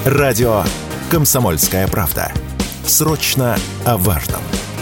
Радио «Комсомольская правда». Срочно о важном.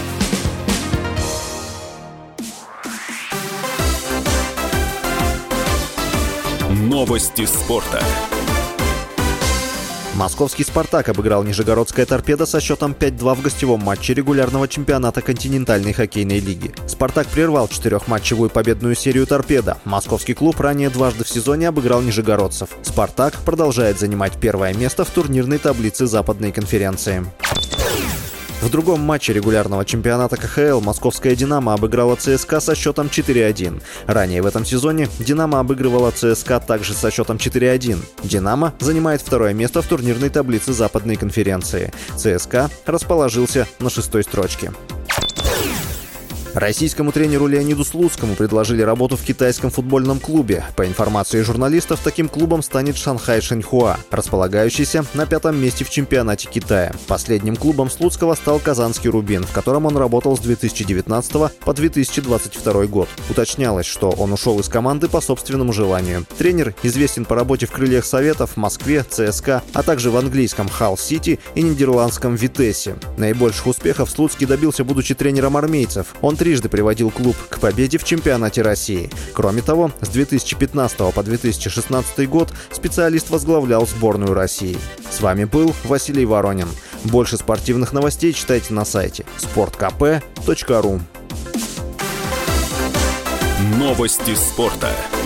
Новости спорта. Московский «Спартак» обыграл Нижегородское «Торпедо» со счетом 5-2 в гостевом матче регулярного чемпионата континентальной хоккейной лиги. «Спартак» прервал 4-матчевую победную серию «Торпедо». Московский клуб ранее дважды в сезоне обыграл нижегородцев. «Спартак» продолжает занимать первое место в турнирной таблице Западной конференции. В другом матче регулярного чемпионата КХЛ московская «Динамо» обыграла ЦСКА со счетом 4-1. Ранее в этом сезоне «Динамо» обыгрывала ЦСКА также со счетом 4-1. «Динамо» занимает второе место в турнирной таблице Западной конференции. ЦСКА расположился на 6-й строчке. Российскому тренеру Леониду Слуцкому предложили работу в китайском футбольном клубе. По информации журналистов, таким клубом станет Шанхай Шэньхуа, располагающийся на 5-м месте в чемпионате Китая. Последним клубом Слуцкого стал Казанский «Рубин», в котором он работал с 2019 по 2022 год. Уточнялось, что он ушел из команды по собственному желанию. Тренер известен по работе в «Крыльях Советов», в Москве, ЦСКА, а также в английском Халл Сити и нидерландском Витессе. Наибольших успехов Слуцкий добился, будучи тренером армейцев. Он трижды приводил клуб к победе в чемпионате России. Кроме того, с 2015 по 2016 год специалист возглавлял сборную России. С вами был Василий Воронин. Больше спортивных новостей читайте на сайте sportkp.ru. Новости спорта.